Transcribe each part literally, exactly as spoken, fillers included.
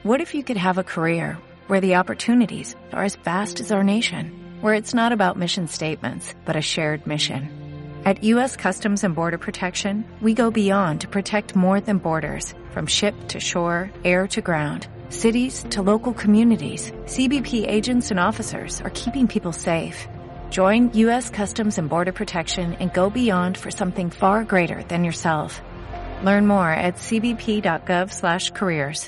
What if you could have a career where the opportunities are as vast as our nation, where it's not about mission statements, but a shared mission? At U S Customs and Border Protection, we go beyond to protect more than borders, from ship to shore, air to ground, cities to local communities. C B P agents and officers are keeping people safe. Join U S Customs and Border Protection and go beyond for something far greater than yourself. Learn more at c b p dot gov slash careers.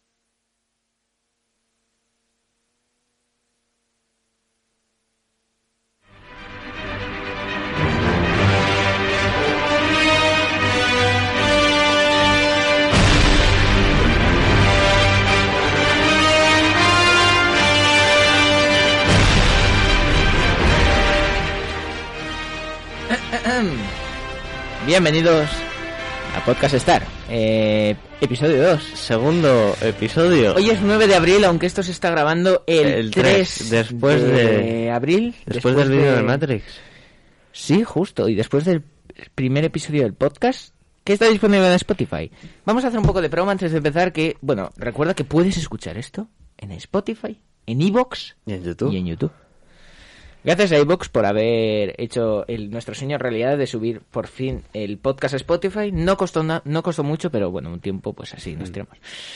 Bienvenidos a Podcast Star, eh, episodio dos, segundo episodio. Hoy es nueve de abril, aunque esto se está grabando el, el tres después de, de abril. Después, después del vídeo de... de Matrix. Sí, justo, y después del primer episodio del podcast, que está disponible en Spotify. Vamos a hacer un poco de promo antes de empezar, que, bueno, recuerda que puedes escuchar esto en Spotify, en iVoox y en YouTube. Y en YouTube. Gracias a iVoox por haber hecho el, nuestro sueño realidad de subir por fin el podcast a Spotify. No costó na, no costó mucho, pero bueno, un tiempo pues así nos tiramos.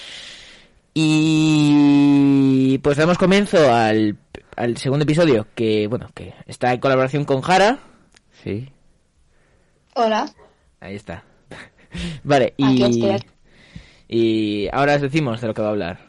Y pues damos comienzo al, al segundo episodio, que bueno, que está en colaboración con Jara. Sí. Hola. Ahí está. Vale, y, aquí estoy. Y ahora os decimos de lo que va a hablar.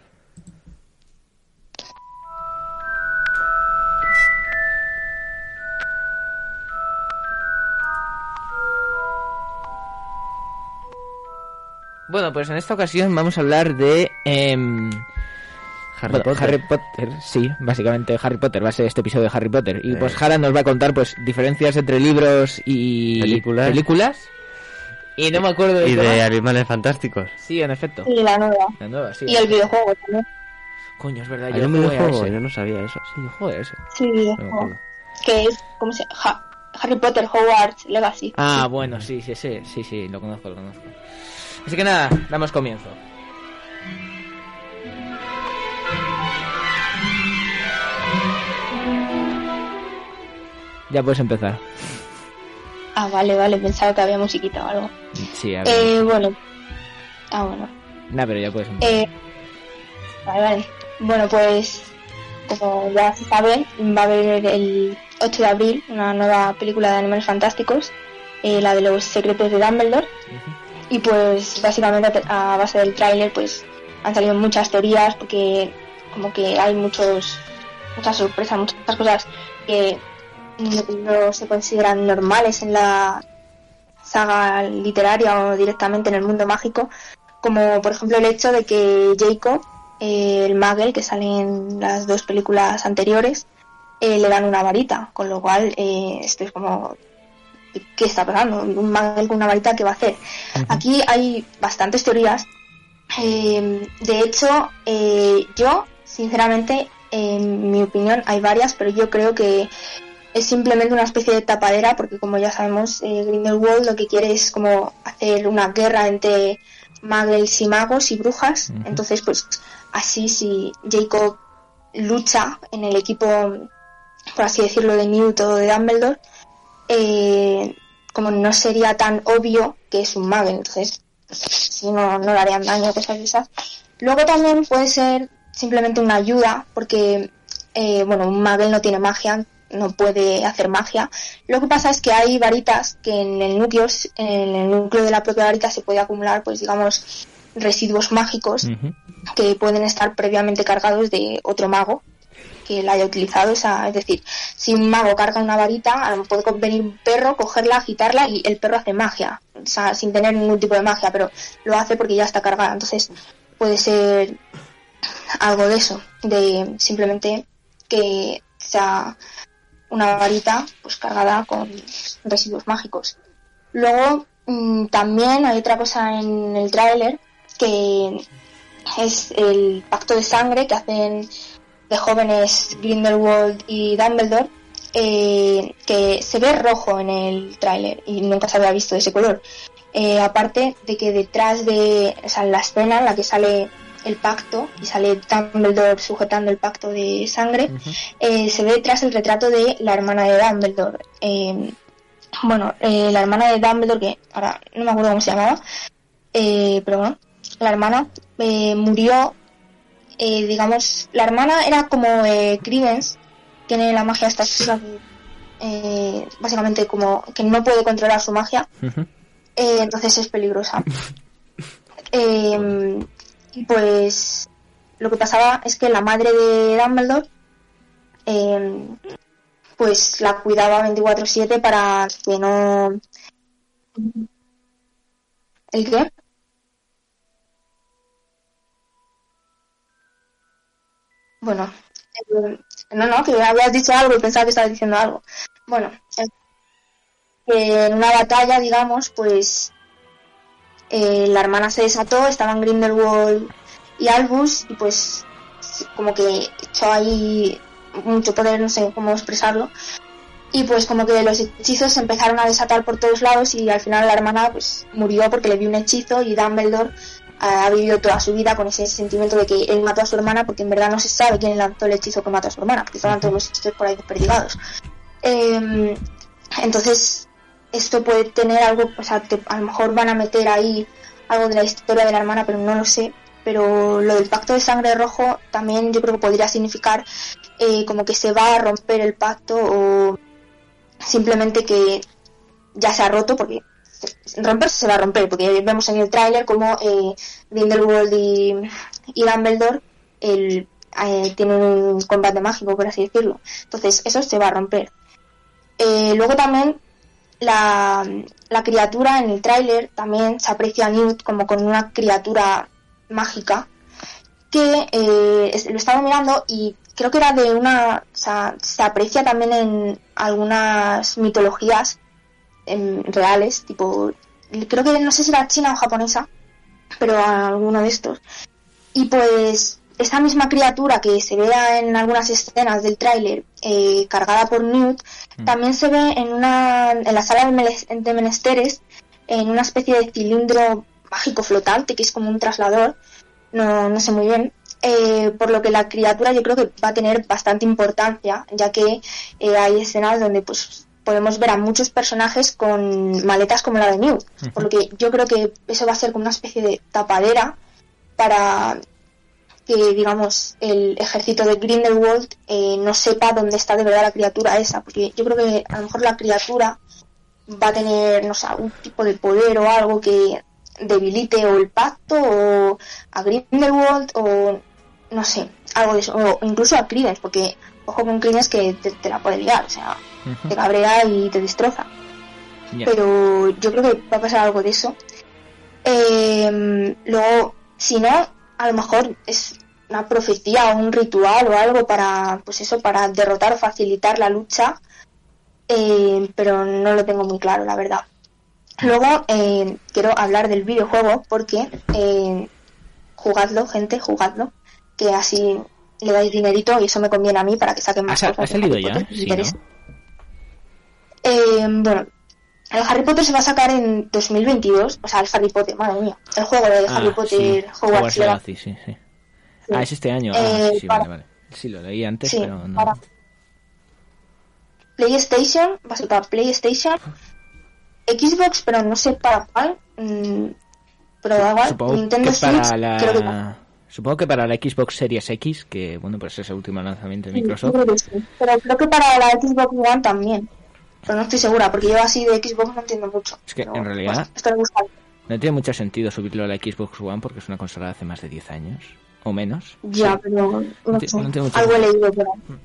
Bueno, pues en esta ocasión vamos a hablar de eh, Harry bueno, Potter. Harry Potter, sí, básicamente Harry Potter, va a ser este episodio de Harry Potter. Y eh. pues Jara nos va a contar pues diferencias entre libros y películas. películas. Y no me acuerdo de Y qué de más. Animales Fantásticos. Sí, en efecto. Y la nueva. La nueva, sí. Y el videojuego también. Coño, es verdad, ¿Hay yo un jugué videojuego? a ese. Yo no sabía eso. Sí, joder, ese. Sí, videojuego. Que es, ¿cómo se llama? Ha- Harry Potter Hogwarts Legacy. Ah, sí. bueno, sí, sí, sí, sí, sí, lo conozco, lo conozco. Así que nada, damos comienzo. Ya puedes empezar. Ah, vale, vale, pensaba que había musiquita o algo. Sí, a ver. Eh, bueno. Ah, bueno. Nah, pero ya puedes empezar. Eh, vale, vale. Bueno, pues, como ya se sabe, va a haber el ocho de abril una nueva película de Animales Fantásticos, eh, la de los secretos de Dumbledore. Uh-huh. Y pues, básicamente, a base del tráiler, pues, han salido muchas teorías, porque como que hay muchos muchas sorpresas, muchas cosas que no se consideran normales en la saga literaria o directamente en el mundo mágico, como por ejemplo el hecho de que Jacob, eh, el Muggle que sale en las dos películas anteriores, eh, le dan una varita, con lo cual eh, esto es como, ¿qué está pasando? Un Muggle con una varita, ¿qué va a hacer? Uh-huh. Aquí hay bastantes teorías. Eh, de hecho, eh, yo sinceramente, en mi opinión hay varias, pero yo creo que es simplemente una especie de tapadera, porque como ya sabemos, eh, Grindelwald lo que quiere es como hacer una guerra entre muggles y magos y brujas. Uh-huh. Entonces, pues así, si Jacob lucha en el equipo, por así decirlo, de Newt o de Dumbledore, eh, como no sería tan obvio que es un muggle, entonces si no, no le harían daño, cosas de esas. Luego también puede ser simplemente una ayuda, porque eh, bueno, un muggle no tiene magia, no puede hacer magia. Lo que pasa es que hay varitas que en el núcleo, en el núcleo de la propia varita se puede acumular, pues digamos, residuos mágicos. Uh-huh. Que pueden estar previamente cargados de otro mago que la haya utilizado. Esa, es decir, si un mago carga una varita, a lo mejor puede venir un perro, cogerla, agitarla y el perro hace magia, o sea, sin tener ningún tipo de magia, pero lo hace porque ya está cargada. Entonces puede ser algo de eso, de simplemente que sea una varita pues cargada con residuos mágicos. Luego mmm, también hay otra cosa en el tráiler, que es el pacto de sangre que hacen de jóvenes Grindelwald y Dumbledore, eh, que se ve rojo en el tráiler y nunca se había visto de ese color. Eh, aparte de que detrás de, o sea, en la escena en la que sale el pacto y sale Dumbledore sujetando el pacto de sangre, Ujú. eh, se ve tras el retrato de la hermana de Dumbledore. Eh, bueno, eh, la hermana de Dumbledore, que ahora no me acuerdo cómo se llamaba, eh, pero bueno, la hermana eh, murió, eh, digamos, la hermana era como eh, Credence, tiene la magia esta chica que, eh, básicamente como que no puede controlar su magia, Ujú. eh, entonces es peligrosa. eh, pues lo que pasaba es que la madre de Dumbledore eh, pues la cuidaba veinticuatro siete para que no... ¿El qué? Bueno, eh, no, no, que habías dicho algo y pensaba que estabas diciendo algo. Bueno, eh, que en una batalla, digamos, pues eh, la hermana se desató, estaban Grindelwald y Albus y pues como que echó ahí mucho poder, no sé cómo expresarlo, y pues como que los hechizos se empezaron a desatar por todos lados y al final la hermana pues murió porque le dio un hechizo y Dumbledore ha vivido toda su vida con ese sentimiento de que él mató a su hermana, porque en verdad no se sabe quién lanzó el hechizo que mató a su hermana, porque estaban todos los hechizos por ahí desperdigados. Eh, entonces esto puede tener algo, o sea, te, a lo mejor van a meter ahí algo de la historia de la hermana, pero no lo sé. Pero lo del pacto de sangre rojo también yo creo que podría significar eh, como que se va a romper el pacto, o simplemente que ya se ha roto, porque romperse se va a romper, porque vemos en el tráiler como eh, Grindelwald y, y Dumbledore el, eh, tienen un combate mágico, por así decirlo. Entonces eso se va a romper. Eh, luego también la, la criatura en el tráiler también se aprecia a Newt como con una criatura mágica que eh, es, lo estaba mirando y creo que era de una, o sea, se aprecia también en algunas mitologías en, reales, tipo, creo que no sé si era china o japonesa, pero alguno de estos. Y pues esta misma criatura que se ve en algunas escenas del tráiler eh, cargada por Newt, mm. también se ve en una en la sala de menesteres en una especie de cilindro mágico flotante que es como un traslador, no, no sé muy bien, eh, por lo que la criatura yo creo que va a tener bastante importancia, ya que eh, hay escenas donde pues podemos ver a muchos personajes con maletas como la de Newt, uh-huh. por lo que yo creo que eso va a ser como una especie de tapadera para que, digamos, el ejército de Grindelwald eh, no sepa dónde está de verdad la criatura esa, porque yo creo que a lo mejor la criatura va a tener, no sé, algún tipo de poder o algo que debilite o el pacto o a Grindelwald o no sé, algo de eso, o incluso a Credence, porque ojo con Credence que te, te la puede liar, o sea, uh-huh. te cabrea y te destroza. Yeah. Pero yo creo que va a pasar algo de eso. Eh, luego, si no, a lo mejor es una profecía o un ritual o algo para, pues eso, para derrotar o facilitar la lucha, eh, pero no lo tengo muy claro, la verdad. Luego eh, quiero hablar del videojuego porque eh, jugadlo, gente, jugadlo, que así le dais dinerito y eso me conviene a mí para que saquen más ¿Ha, cosas. ¿Ha salido ya? Potter, sí, ¿no? ¿no? Eh, bueno, el Harry Potter se va a sacar en dos mil veintidós, o sea, el Harry Potter, madre mía, el juego de ah, Harry Potter, sí. Hogwarts Legacy, sí, sí. sí. Ah, es este año. Ah, eh, sí, para... vale, vale. Sí, lo leí antes, sí, pero no. Para... PlayStation, va a ser para PlayStation, Xbox, pero no sé para cuál. Mmm, pero da igual. Supongo Nintendo que Switch, para la... creo que no. Supongo que para la Xbox Series X, que bueno, pues es el último lanzamiento de Microsoft. Sí, creo que sí. Pero creo que para la Xbox One también. Pero no estoy segura, porque yo así de Xbox no entiendo mucho. Es que pero, en realidad pues, estoy buscando. No tiene mucho sentido subirlo a la Xbox One porque es una consola de hace más de diez años o menos. Ya, sí. pero no, no, sé, no tiene mucho algo he sentido. leído por ahí. Mm.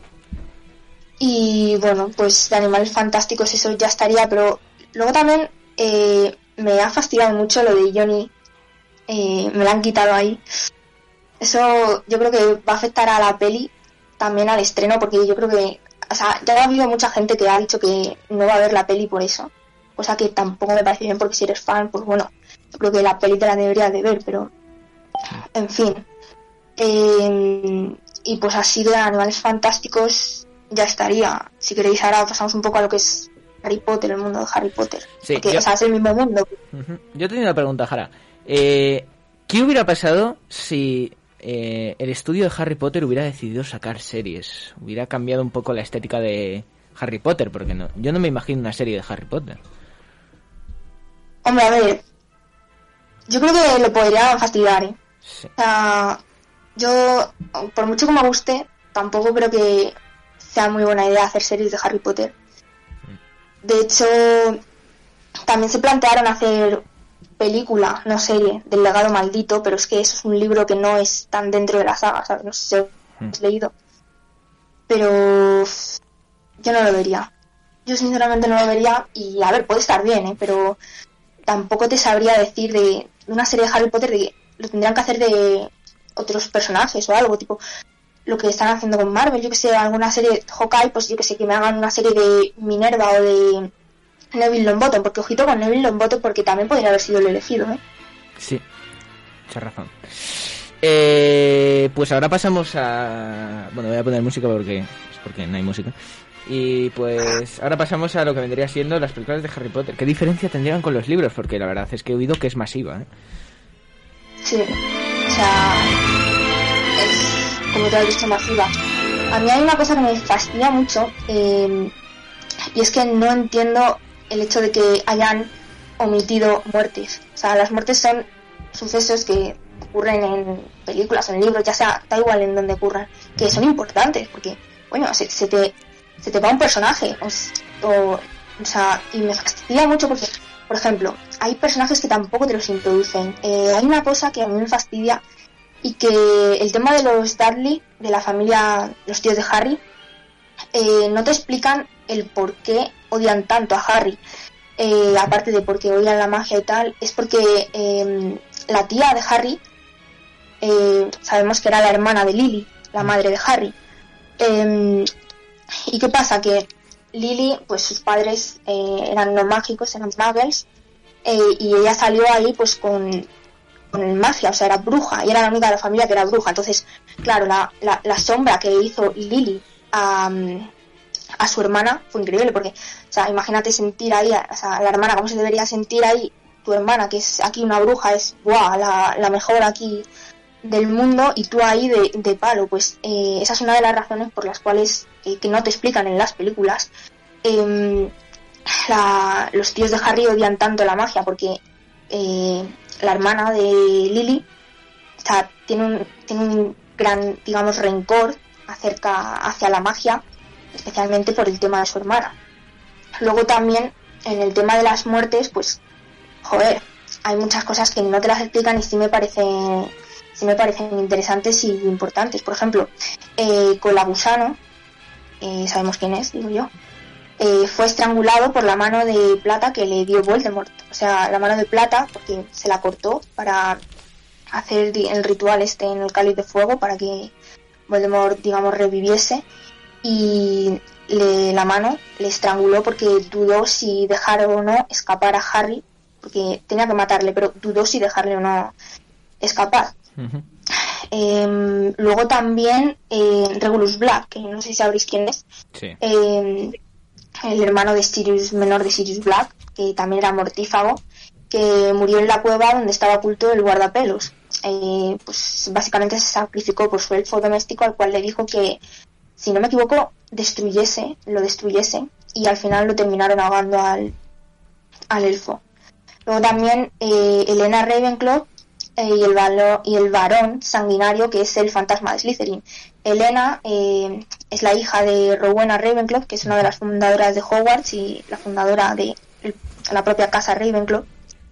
Y bueno, pues de Animales Fantásticos eso ya estaría, pero luego también eh, me ha fastidiado mucho lo de Johnny. Eh, me lo han quitado ahí. Eso yo creo que va a afectar a la peli, también al estreno, porque yo creo que, o sea, ya ha habido mucha gente que ha dicho que no va a ver la peli por eso, cosa que tampoco me parece bien, porque si eres fan, pues bueno, yo creo que la peli te la deberías de ver, pero en fin. Eh, y pues así de Animales Fantásticos ya estaría. Si queréis ahora pasamos un poco a lo que es Harry Potter, el mundo de Harry Potter. Sí, porque, yo... o sea, es el mismo mundo. Uh-huh. Yo tenía una pregunta, Jara. Eh... ¿Qué hubiera pasado si eh, el estudio de Harry Potter hubiera decidido sacar series? Hubiera cambiado un poco la estética de Harry Potter, porque no, yo no me imagino una serie de Harry Potter. Hombre, a ver, yo creo que lo podría fastidiar, ¿eh? Sí. O sea, yo, por mucho que me guste, tampoco creo que sea muy buena idea hacer series de Harry Potter. De hecho, también se plantearon hacer película, no serie, del legado maldito, pero es que eso es un libro que no es tan dentro de la saga, ¿sabes? No sé si lo has leído. Pero yo no lo vería. Yo sinceramente no lo vería y, a ver, puede estar bien, ¿eh? Pero tampoco te sabría decir de, de una serie de Harry Potter, de que lo tendrían que hacer de otros personajes o algo, tipo lo que están haciendo con Marvel, yo que sé, alguna serie de Hawkeye, pues yo que sé, que me hagan una serie de Minerva o de Neville Longbottom, porque ojito con Neville Longbottom, porque también podría haber sido el elegido, ¿eh? Sí, mucha razón. Eh, pues ahora pasamos a... Bueno, voy a poner música porque es porque no hay música. Y pues ahora pasamos a lo que vendría siendo las películas de Harry Potter. ¿Qué diferencia tendrían con los libros? Porque la verdad es que he oído que es masiva, ¿eh? Sí, o sea, es, como te has dicho, masiva. A mí hay una cosa que me fastidia mucho, eh, y es que no entiendo el hecho de que hayan omitido muertes. O sea, las muertes son sucesos que ocurren en películas o en libros, ya sea, da igual en donde ocurran, que son importantes, porque, bueno, se, se te se te va un personaje, o, o, o sea, y me fastidia mucho porque, por ejemplo, hay personajes que tampoco te los introducen. Eh, hay una cosa que a mí me fastidia, y que el tema de los Dudley, de la familia, los tíos de Harry, eh, no te explican el por qué odian tanto a Harry. Eh, aparte de porque odian la magia y tal, es porque eh, la tía de Harry, eh, sabemos que era la hermana de Lily, la madre de Harry. Eh, ¿Y qué pasa? Que Lily, pues sus padres eh, eran no mágicos, eran muggles, eh, y ella salió ahí pues con, con magia, o sea, era bruja, y era la única de la familia que era bruja. Entonces, claro, la, la, la sombra que hizo Lily a, a su hermana fue increíble, porque, o sea, imagínate sentir ahí, o sea, la hermana, cómo se debería sentir ahí tu hermana, que es aquí una bruja, es, ¡buah!, la, la mejor aquí del mundo, y tú ahí de, de palo. Pues eh, esa es una de las razones por las cuales eh, que no te explican en las películas, eh, la, los tíos de Harry odian tanto la magia, porque eh, la hermana de Lily, o sea, tiene un, tiene un gran, digamos, rencor acerca hacia la magia, especialmente por el tema de su hermana. Luego también en el tema de las muertes, pues joder, hay muchas cosas que no te las explican y sí me parecen sí me parecen interesantes y importantes. Por ejemplo, eh, Colagusano, eh, sabemos quién es, digo yo, eh, fue estrangulado por la mano de plata que le dio Voldemort. O sea, la mano de plata, porque se la cortó para hacer el ritual este en el cáliz de fuego, para que Voldemort, digamos, reviviese, y le, la mano le estranguló porque dudó si dejar o no escapar a Harry, porque tenía que matarle, pero dudó si dejarle o no escapar. Uh-huh. Eh, luego también eh, Regulus Black, que no sé si sabréis quién es, sí. eh, el hermano de Sirius, menor de Sirius Black, que también era mortífago, que murió en la cueva donde estaba oculto el guardapelos. Eh, pues básicamente se sacrificó por su elfo doméstico, al cual le dijo que, si no me equivoco, destruyese, lo destruyese, y al final lo terminaron ahogando al, al elfo. Luego también eh, Helena Ravenclaw eh, y, el valo, y el varón sanguinario, que es el fantasma de Slytherin. Helena eh, es la hija de Rowena Ravenclaw, que es una de las fundadoras de Hogwarts y la fundadora de el, la propia casa Ravenclaw.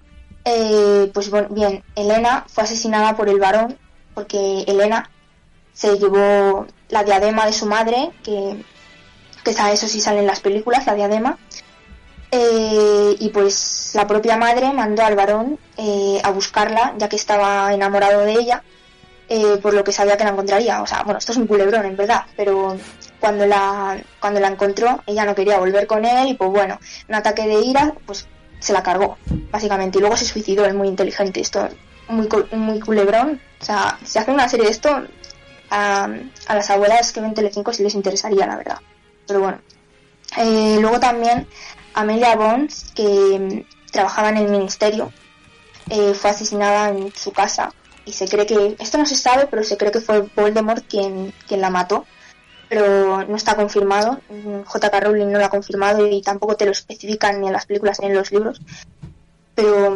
Eh, pues bueno, bien, Helena fue asesinada por el varón porque Helena se llevó la diadema de su madre, que, que eso sí sale en las películas, la diadema, eh, y pues la propia madre mandó al varón eh, a buscarla, ya que estaba enamorado de ella, eh, por lo que sabía que la encontraría. O sea, bueno, esto es un culebrón en verdad, pero cuando la cuando la encontró, ella no quería volver con él, y pues bueno, un ataque de ira, pues se la cargó, básicamente, y luego se suicidó. Es muy inteligente esto, muy, muy culebrón. O sea, si hace una serie de esto, a, a las abuelas que ven Telecinco sí les interesaría, la verdad. Pero bueno, eh, luego también Amelia Bones, que mm, trabajaba en el ministerio, eh, fue asesinada en su casa y se cree que, esto no se sabe, pero se cree que fue Voldemort quien, quien la mató, pero no está confirmado. J K. Rowling no lo ha confirmado y tampoco te lo especifican ni en las películas ni en los libros, pero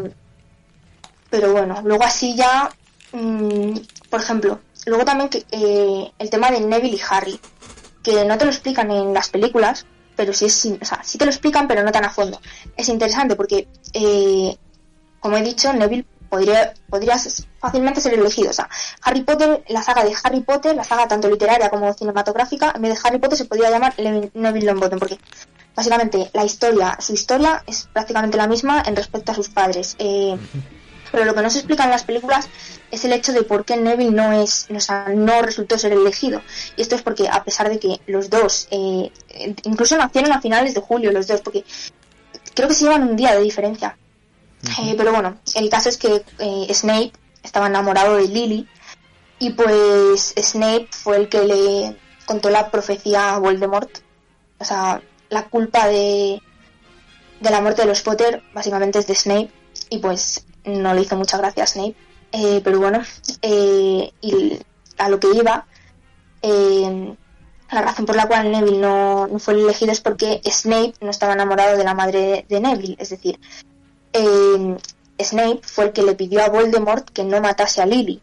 pero bueno, luego así ya, mmm, por ejemplo, luego también que, eh, el tema de Neville y Harry, que no te lo explican en las películas, pero sí es, o sea, sí te lo explican, pero no tan a fondo. Es interesante porque, eh, como he dicho, Neville podría, podría fácilmente ser elegido. O sea, Harry Potter, la saga de Harry Potter, la saga tanto literaria como cinematográfica, en vez de Harry Potter se podría llamar Le- Neville Longbottom, porque básicamente la historia, su historia es prácticamente la misma en respecto a sus padres. Eh, pero lo que no se explica en las películas es el hecho de por qué Neville no es, o sea, no resultó ser elegido. Y esto es porque, a pesar de que los dos, eh, incluso nacieron a finales de julio los dos, porque creo que se llevan un día de diferencia. Uh-huh. Eh, pero bueno, el caso es que eh, Snape estaba enamorado de Lily y pues Snape fue el que le contó la profecía a Voldemort. O sea, la culpa de, de la muerte de los Potter básicamente es de Snape y pues no le hizo mucha gracia a Snape. Eh, pero bueno, eh, y a lo que iba, eh, la razón por la cual Neville no, no fue elegido es porque Snape no estaba enamorado de la madre de Neville. Es decir, eh, Snape fue el que le pidió a Voldemort que no matase a Lily,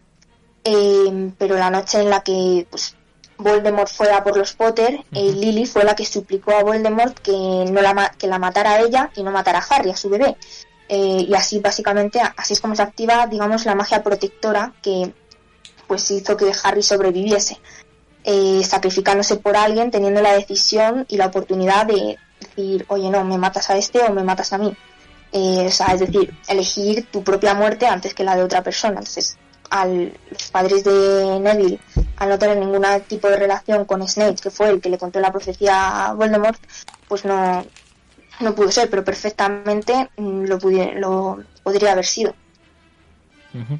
eh, pero la noche en la que pues, Voldemort fue a por los Potter, uh-huh. eh, Lily fue la que suplicó a Voldemort que, no la, que la matara a ella y no matara a Harry, a su bebé. Eh, y así básicamente, así es como se activa, digamos, la magia protectora que pues hizo que Harry sobreviviese, eh, sacrificándose por alguien, teniendo la decisión y la oportunidad de decir, oye, no, me matas a este o me matas a mí. Eh, o sea, es decir, elegir tu propia muerte antes que la de otra persona. Entonces, al, los padres de Neville, al no tener ningún tipo de relación con Snape, que fue el que le contó la profecía a Voldemort, pues no... no pudo ser, pero perfectamente lo, pudiera, lo podría haber sido. Uh-huh.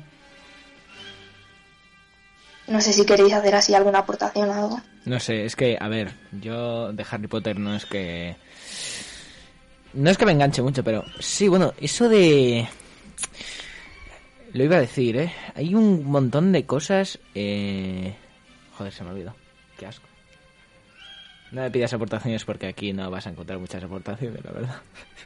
No sé si queréis hacer así alguna aportación o algo. No sé, es que, a ver, yo de Harry Potter no es que... No es que me enganche mucho, pero sí, bueno, eso de... Lo iba a decir, ¿eh? Hay un montón de cosas... Eh... Joder, se me olvidó. Qué asco. No me pidas aportaciones porque aquí no vas a encontrar muchas aportaciones, la verdad.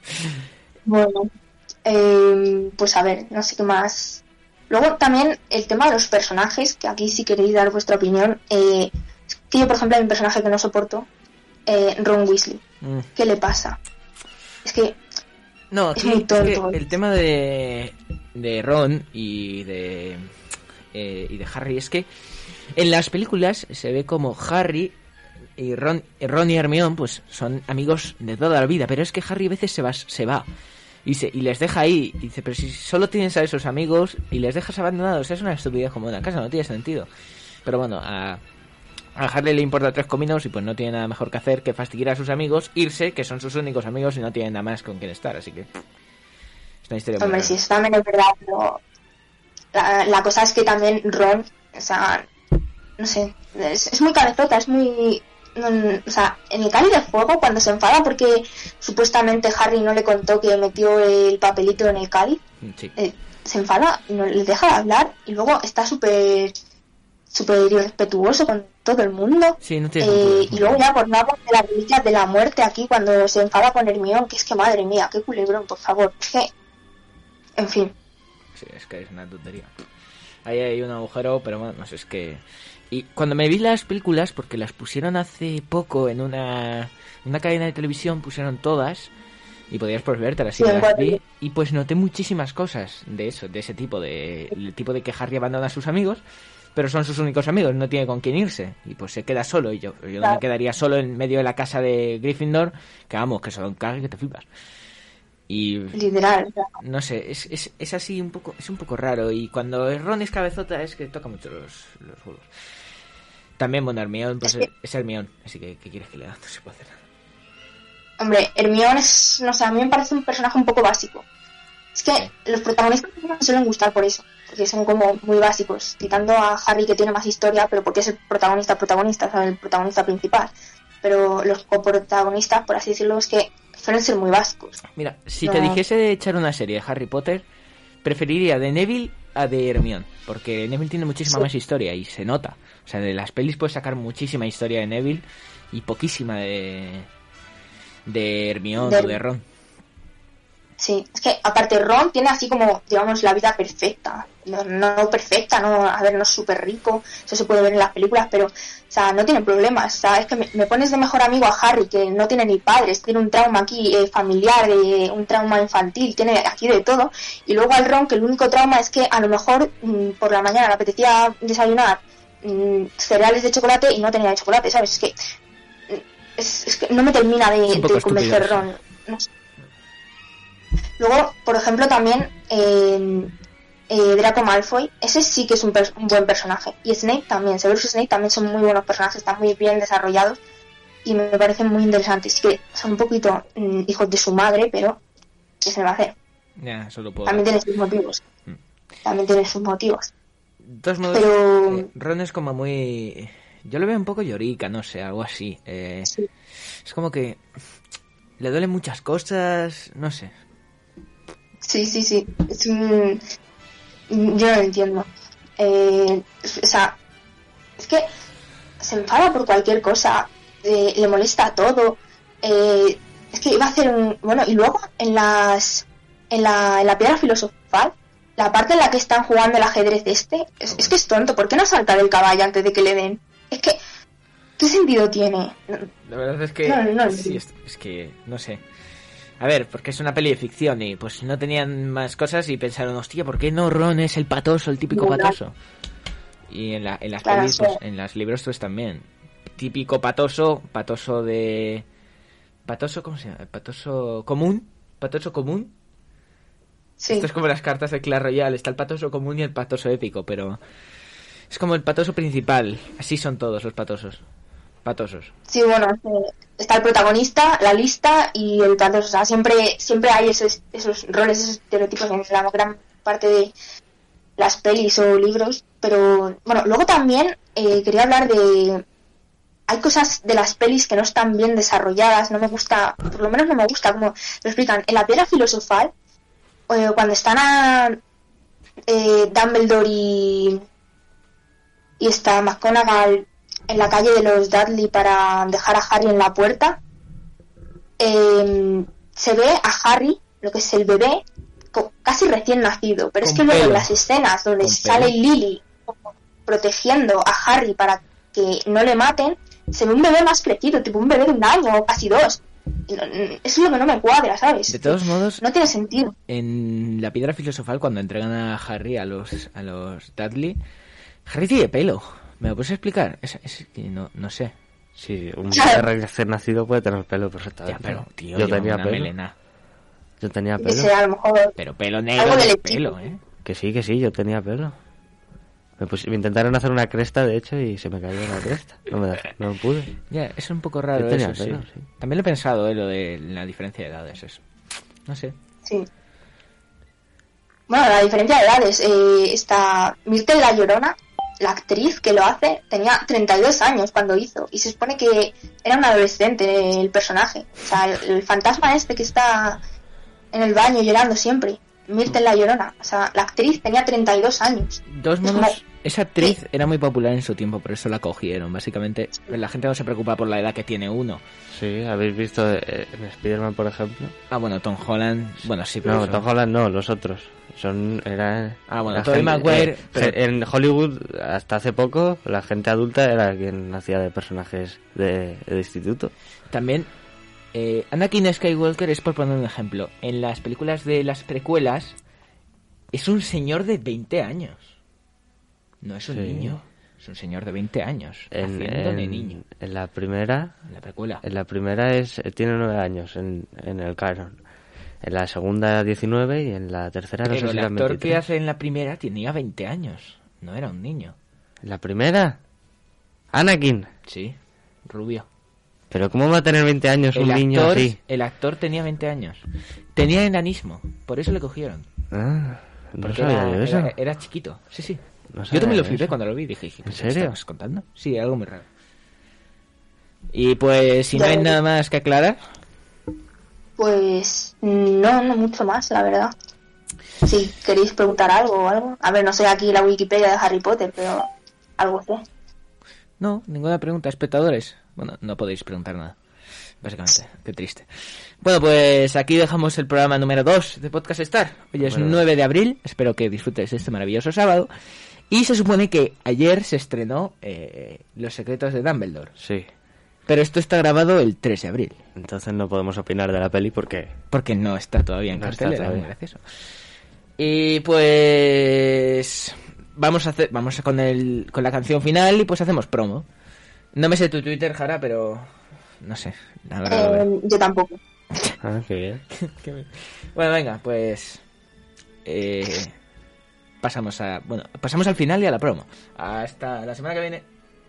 Bueno, eh, pues a ver, no sé qué más. Luego también el tema de los personajes, que aquí si queréis dar vuestra opinión. Eh, que yo, por ejemplo, hay un personaje que no soporto, eh, Ron Weasley. Mm. ¿Qué le pasa? Es que no, aquí, es muy tonto. Es que el tema de, de Ron y de, eh, y de Harry es que en las películas se ve como Harry... Y Ron, Ron y Hermione pues son amigos de toda la vida, pero es que Harry a veces se va, se va y, se, y les deja ahí y dice, pero si solo tienes a esos amigos y les dejas abandonados, es una estupidez como una casa, no tiene sentido. Pero bueno, a, a Harry le importa tres cominos y pues no tiene nada mejor que hacer que fastidiar a sus amigos, irse, que son sus únicos amigos y no tienen nada más con quien estar, así que es una historia. Hombre, sí, eso también es verdad, pero la, la cosa es que también Ron, o sea, no sé, es, es muy cabezota, es muy... o sea, en el Cáliz de Fuego, cuando se enfada porque supuestamente Harry no le contó que metió el papelito en el cáliz, sí. eh, se enfada, no le deja de hablar y luego está súper súper irrespetuoso con todo el mundo. Sí, no tiene eh, y luego ya por nada de las reliquias de la muerte aquí cuando se enfada con Hermione, que es que madre mía, qué culebrón, por favor, es que, en fin. Sí, es que es una tontería. Ahí hay un agujero, pero bueno, no sé, es que... Y cuando me vi las películas, porque las pusieron hace poco en una, una cadena de televisión, pusieron todas, y podías pues vértelas, y sí, me las vi, y pues noté muchísimas cosas de eso, de ese tipo, de el tipo de que Harry abandona a sus amigos, pero son sus únicos amigos, no tiene con quién irse, y pues se queda solo, y yo, yo no me quedaría solo en medio de la casa de Gryffindor, que vamos, que son cague que te flipas. Y literal, no sé, es, es, es así un poco, es un poco raro, y cuando Ron es cabezota es que toca mucho los, los huevos. También, bueno, Hermione, pues es, que... es Hermione, así que ¿qué quieres que le haga? No se puede hacer nada. Hombre, Hermione es, no sé, a mí me parece un personaje un poco básico. Es que sí. Los protagonistas me suelen gustar por eso, porque son como muy básicos, quitando a Harry que tiene más historia, pero porque es el protagonista protagonista, o sea, el protagonista principal. Pero los coprotagonistas, por así decirlo, es que suelen ser muy básicos. Mira, si no... te dijese de echar una serie de Harry Potter, preferiría de Neville a de Hermione, porque Neville tiene muchísima Sí. más historia y se nota. O sea, de las pelis puedes sacar muchísima historia de Neville y poquísima de de Hermione De- o de Ron. Sí, es que aparte Ron tiene así como, digamos, la vida perfecta. No, no perfecta, no, a ver, no es súper rico, eso se puede ver en las películas, pero, o sea, no tiene problemas. O sea, es que me, me pones de mejor amigo a Harry, que no tiene ni padres, tiene un trauma aquí eh, familiar, eh, un trauma infantil, tiene aquí de todo. Y luego al Ron, que el único trauma es que a lo mejor mm, por la mañana le apetecía desayunar mm, cereales de chocolate y no tenía de chocolate, ¿sabes? Es que, mm, es, es que no me termina de, Es un poco de convencer estúpido, Ron. No sé. Luego, por ejemplo, también eh, eh, Draco Malfoy, ese sí que es un, pers- un buen personaje. Y Snape también, Severus y Snape también son muy buenos personajes, están muy bien desarrollados y me parecen muy interesantes. Que son un poquito mm, hijos de su madre, pero ¿qué se le va a hacer? Ya, solo puedo. También tiene sus motivos. Mm. También tiene sus motivos. De todos modos, Pero- eh, Ron es como muy... Yo lo veo un poco llorica, no sé, algo así. Eh, Sí. Es como que le duelen muchas cosas, no sé. Sí, sí, sí. Es un... Yo no lo entiendo. Eh, o sea, es que se enfada por cualquier cosa, eh, le molesta todo. Eh, es que iba a hacer un... Bueno, y luego en las... En la, en la piedra filosofal, la parte en la que están jugando el ajedrez este, es, es que es tonto. ¿Por qué no salta del caballo antes de que le den? Es que... ¿Qué sentido tiene? La verdad es que... No, no, sí, no. es, es que... No sé. A ver, porque es una peli de ficción y pues no tenían más cosas y pensaron, hostia, ¿por qué no Ron es el patoso, el típico No, no. patoso? Y en, la, en las Claro, pelis, sí. pues, en los libros pues también. Típico patoso, patoso de... Patoso, ¿cómo se llama? Patoso común, patoso común. Sí. Esto es como las cartas de Clash Royale, está el patoso común y el patoso épico, pero... Es como el patoso principal, así son todos los patosos. Patosos. Sí, bueno, eh, está el protagonista, la lista y el tanto, o sea, siempre siempre hay esos esos roles, esos estereotipos en la gran parte de las pelis o libros, pero bueno, luego también eh, quería hablar de... Hay cosas de las pelis que no están bien desarrolladas, no me gusta, por lo menos no me gusta como lo explican. En la piedra filosofal, eh, cuando están a eh, Dumbledore y, y está McGonagall en la calle de los Dudley para dejar a Harry en la puerta, eh, se ve a Harry, lo que es el bebé, co- casi recién nacido, pero es Con que luego pelo. en las escenas donde Con sale pelo. Lily como protegiendo a Harry para que no le maten, se ve un bebé más crecido, tipo un bebé de un año o casi dos. Y no- Eso es lo que no me cuadra, ¿sabes? De todos modos, No tiene sentido. en la piedra filosofal, cuando entregan a Harry a los a los Dudley, Harry tiene pelo. ¿Me lo puedes explicar? Es, es que no, no sé. Sí, un bebé recién nacido puede tener pelo perfectamente. Ya, pero, tío, yo lleva tenía una pelo. melena. Yo tenía Que pelo. sea, a lo mejor... Pero pelo negro Algo no del es equipo. pelo, ¿eh? Que sí, que sí, yo tenía pelo. Me, pus- me intentaron hacer una cresta, de hecho, y se me cayó la cresta. No me dejé, no pude. Ya, es un poco raro Yo tenía eso, pelo, sí. sí. También lo he pensado, ¿eh? Lo de la diferencia de edades, eso. No sé. Sí. Bueno, la diferencia de edades, eh, está Myrtle la Llorona, la actriz que lo hace, tenía treinta y dos años cuando hizo, y se supone que era un adolescente el personaje. O sea, el, el fantasma este que está en el baño llorando siempre, Myrtle la Llorona. O sea, la actriz tenía treinta y dos años. De todos Es modos, como- esa actriz era muy popular en su tiempo, por eso la cogieron. Básicamente, la gente no se preocupa por la edad que tiene uno. Sí, ¿habéis visto eh, en Spider-Man, por ejemplo? Ah, bueno, Tom Holland, bueno, sí, pero No, eso- Tom Holland no, los otros. Son, era... Ah, bueno, la Tobey gente- Maguire, eh, pero- En Hollywood, hasta hace poco, la gente adulta era quien hacía de personajes de, de instituto. También, eh, Anakin Skywalker es por poner un ejemplo. En las películas de las precuelas, es un señor de veinte años. No es un Sí. niño, es un señor de veinte años. En, haciendo de en- niño. en la primera... En la precuela. En la primera es eh, tiene nueve años en, en el canon. En la segunda diecinueve y en la tercera no Pero sé el si eran actor que veintitrés. hace en la primera tenía veinte años. No era un niño. ¿En la primera? Anakin. Sí, rubio. Pero ¿cómo va a tener veinte años un el, niño actor, así? el actor tenía veinte años. Tenía enanismo, por eso le cogieron. Ah, no Porque sabía era, yo eso. era- era chiquito, sí, sí. No Yo también lo sabía flipé eso. cuando lo vi, dije, ¿qué ¿En me serio? estás contando? Sí, algo muy raro. Y pues, si no Ya hay ves. nada más que aclarar, Pues no, no mucho más, la verdad. si queréis preguntar algo o algo. A ver, no sé aquí la Wikipedia de Harry Potter, pero algo sé. No, ninguna pregunta. Espectadores, bueno, no podéis preguntar nada. Básicamente, qué triste. Bueno, pues aquí dejamos el programa número dos de Podcast Star. Hoy es bueno. nueve de abril, espero que disfrutes este maravilloso sábado. Y se supone que ayer se estrenó eh, Los secretos de Dumbledore. Sí. Pero esto está grabado el tres de abril. Entonces no podemos opinar de la peli porque... Porque no está todavía en no cartelera, muy gracioso. Y pues... Vamos a hacer, vamos con el con la canción final y pues hacemos promo. No me sé tu Twitter, Jara, pero... No sé, la verdad. Eh, yo tampoco. Ah, qué bien. Qué bien. Bueno, venga, pues... Eh... Pasamos a... Bueno, pasamos al final y a la promo. Hasta la semana que viene.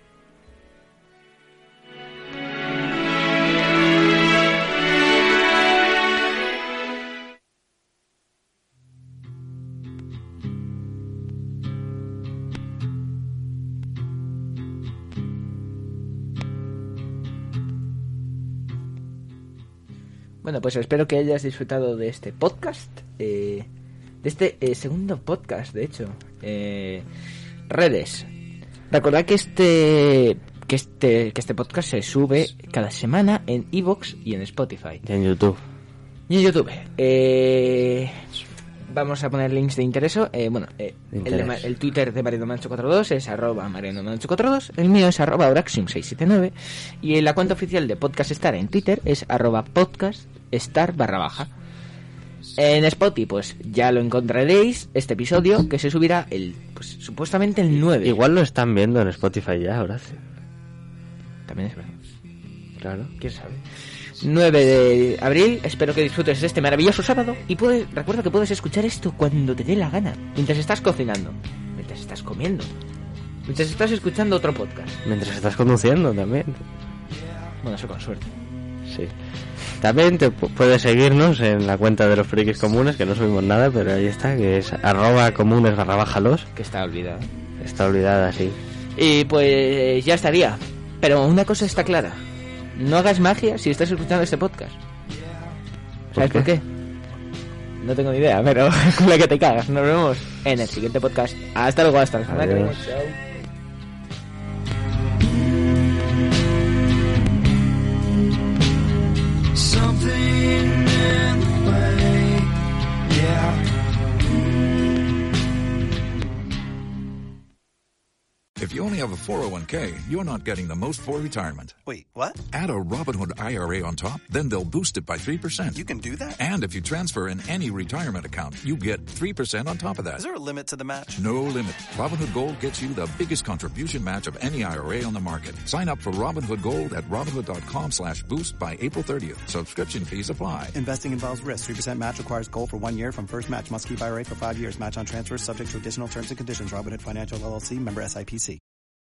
Bueno, pues espero que hayas disfrutado de este podcast. Eh... De este eh, segundo podcast, de hecho. Eh, redes. Recordad que este que este que este podcast se sube cada semana en iVoox y en Spotify. Y en YouTube. Y en YouTube. Eh, vamos a poner links de interés. Eh, bueno, eh, el, de, el Twitter de Mariano Mancho cuarenta y dos es arroba Mariano Mancho cuarenta y dos. El mío es arroba Oraxium seiscientos setenta y nueve. Y la cuenta oficial de Podcast Star en Twitter es arroba Podcast Star barra baja. En Spotify, pues ya lo encontraréis, este episodio, que se subirá el, pues supuestamente el nueve. Igual lo están viendo en Spotify ya, Horacio. También es verdad. Claro. ¿Quién sabe? nueve de abril, espero que disfrutes este maravilloso sábado. Y puedes, recuerda que puedes escuchar esto cuando te dé la gana. Mientras estás cocinando, mientras estás comiendo, mientras estás escuchando otro podcast. Mientras estás conduciendo también. Bueno, eso con suerte. Sí. También te puedes seguirnos en la cuenta de los frikis comunes, que no subimos nada, pero ahí está, que es arroba comunes barra baja los. Que está olvidada. Está olvidada, sí. Y pues ya estaría. Pero una cosa está clara. No hagas magia si estás escuchando este podcast. ¿Sabes por qué? por qué? No tengo ni idea, pero con la que te cagas. Nos vemos en el siguiente podcast. Hasta luego, hasta la semana que viene. Chao. If you only have a four oh one k, you're not getting the most for retirement. Wait, what? Add a Robinhood I R A on top, then they'll boost it by three percent. You can do that? And if you transfer in any retirement account, you get three percent on top of that. Is there a limit to the match? No limit. Robinhood Gold gets you the biggest contribution match of any I R A on the market. Sign up for Robinhood Gold at Robinhood.com slash boost by April thirtieth. Subscription fees apply. Investing involves risk. three percent match requires gold for one year from first match. Must keep I R A for five years. Match on transfers subject to additional terms and conditions. Robinhood Financial L L C, member S I P C.